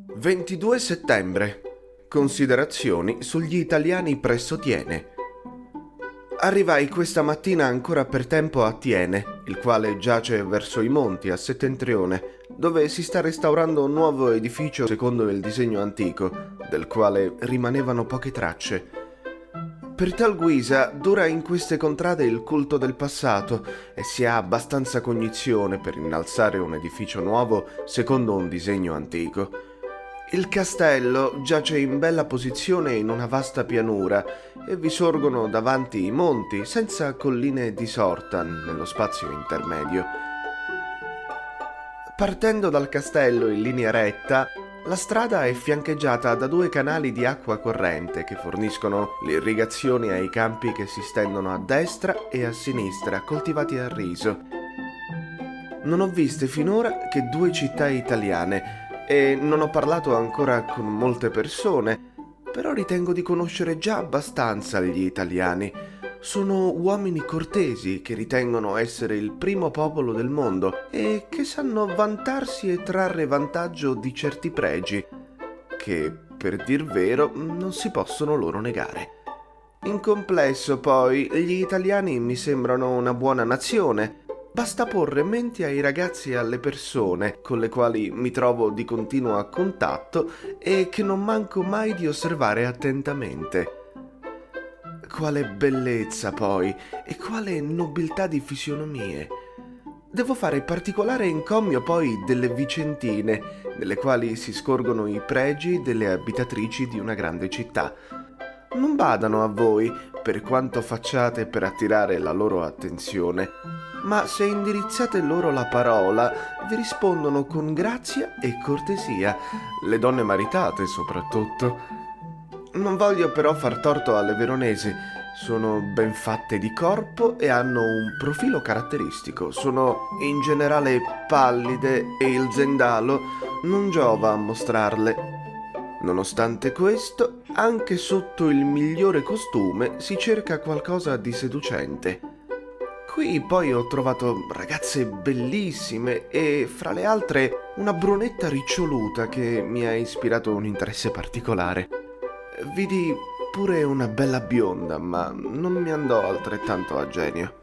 22 settembre. Considerazioni sugli italiani presso Thiene. Arrivai questa mattina ancora per tempo a Thiene, il quale giace verso i monti a settentrione, dove si sta restaurando un nuovo edificio secondo il disegno antico, del quale rimanevano poche tracce. Per tal guisa dura in queste contrade il culto del passato e si ha abbastanza cognizione per innalzare un edificio nuovo secondo un disegno antico. Il castello giace in bella posizione in una vasta pianura e vi sorgono davanti i monti senza colline di sorta nello spazio intermedio. Partendo dal castello in linea retta, la strada è fiancheggiata da due canali di acqua corrente che forniscono le irrigazioni ai campi che si stendono a destra e a sinistra, coltivati a riso. Non ho viste finora che due città italiane e non ho parlato ancora con molte persone, però ritengo di conoscere già abbastanza gli italiani. Sono uomini cortesi che ritengono essere il primo popolo del mondo e che sanno vantarsi e trarre vantaggio di certi pregi che, per dir vero, non si possono loro negare. In complesso, poi, gli italiani mi sembrano una buona nazione. Basta porre mente ai ragazzi e alle persone con le quali mi trovo di continuo a contatto e che non manco mai di osservare attentamente. Quale bellezza, poi, e quale nobiltà di fisionomie. Devo fare particolare encomio poi delle vicentine, nelle quali si scorgono i pregi delle abitatrici di una grande città. Non badano a voi, per quanto facciate per attirare la loro attenzione, ma se indirizzate loro la parola, vi rispondono con grazia e cortesia, le donne maritate soprattutto. Non voglio però far torto alle veronesi, sono ben fatte di corpo e hanno un profilo caratteristico, sono in generale pallide e il zendalo non giova a mostrarle. Nonostante questo, anche sotto il migliore costume si cerca qualcosa di seducente. Qui poi ho trovato ragazze bellissime e, fra le altre, una brunetta riccioluta che mi ha ispirato un interesse particolare. Vidi pure una bella bionda, ma non mi andò altrettanto a genio.